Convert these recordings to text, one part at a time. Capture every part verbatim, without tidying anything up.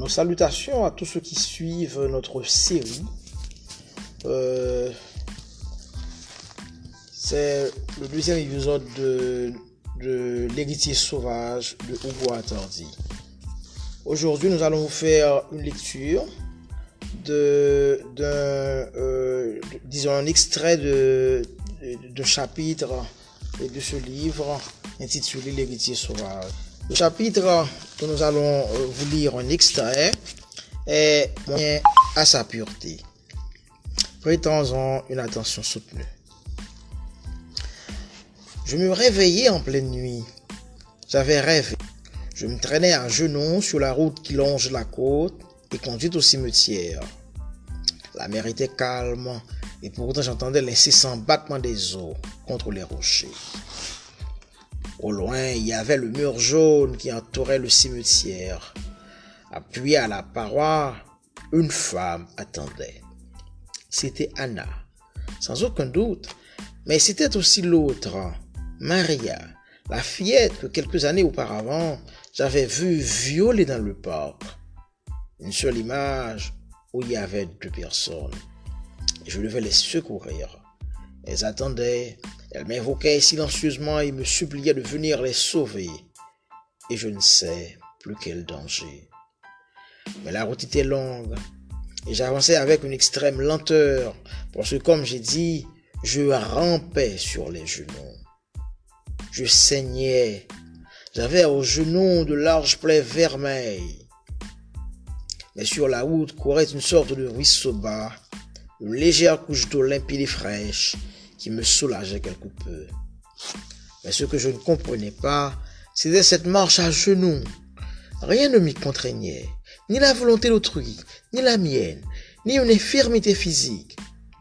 Salutations à tous ceux qui suivent notre série. Euh, c'est le deuxième épisode de, de L'héritier sauvage de Hugo Attardi. Aujourd'hui, nous allons vous faire une lecture de, d'un, euh, de, disons, un extrait de, de, de chapitre de ce livre intitulé L'héritier sauvage. Le chapitre que nous allons vous lire un extrait est Moyen à sa pureté. Prêtons-en une attention soutenue. Je me réveillais en pleine nuit. J'avais rêvé. Je me traînais à genoux sur la route qui longe la côte et conduit au cimetière. La mer était calme et pourtant j'entendais l'incessant battement des eaux contre les rochers. Au loin, il y avait le mur jaune qui entourait le cimetière. Appuyée à la paroi, une femme attendait. C'était Anna, sans aucun doute, mais c'était aussi l'autre, Maria, la fillette que quelques années auparavant, j'avais vue violer dans le parc. Une seule image où il y avait deux personnes. Et je devais les secourir. Elles attendaient. Elle m'invoquait silencieusement et me suppliait de venir les sauver. Et je ne sais plus quel danger. Mais la route était longue et j'avançais avec une extrême lenteur parce que, comme j'ai dit, je rampais sur les genoux. Je saignais. J'avais aux genoux de larges plaies vermeilles. Mais sur la route courait une sorte de ruisseau bas, une légère couche d'eau limpide et fraîche qui me soulageait quelque peu. Mais ce que je ne comprenais pas, c'était cette marche à genoux. Rien ne m'y contraignait, ni la volonté d'autrui, ni la mienne, ni une infirmité physique.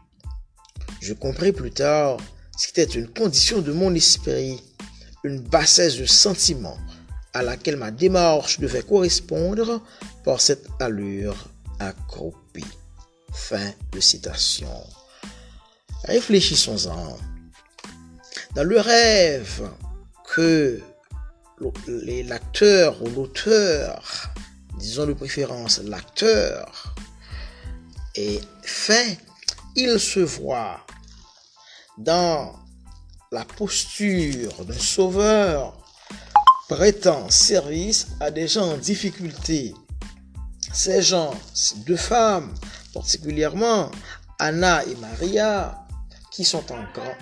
Je compris plus tard que c'était une condition de mon esprit, une bassesse de sentiments à laquelle ma démarche devait correspondre par cette allure accroupie. Fin de citation. Réfléchissons-en. Dans le rêve que l'acteur ou l'auteur, disons de préférence l'acteur, est fait, il se voit dans la posture d'un sauveur prêtant service à des gens en difficulté. Ces gens, ces deux femmes, particulièrement Anna et Maria, qui sont en grand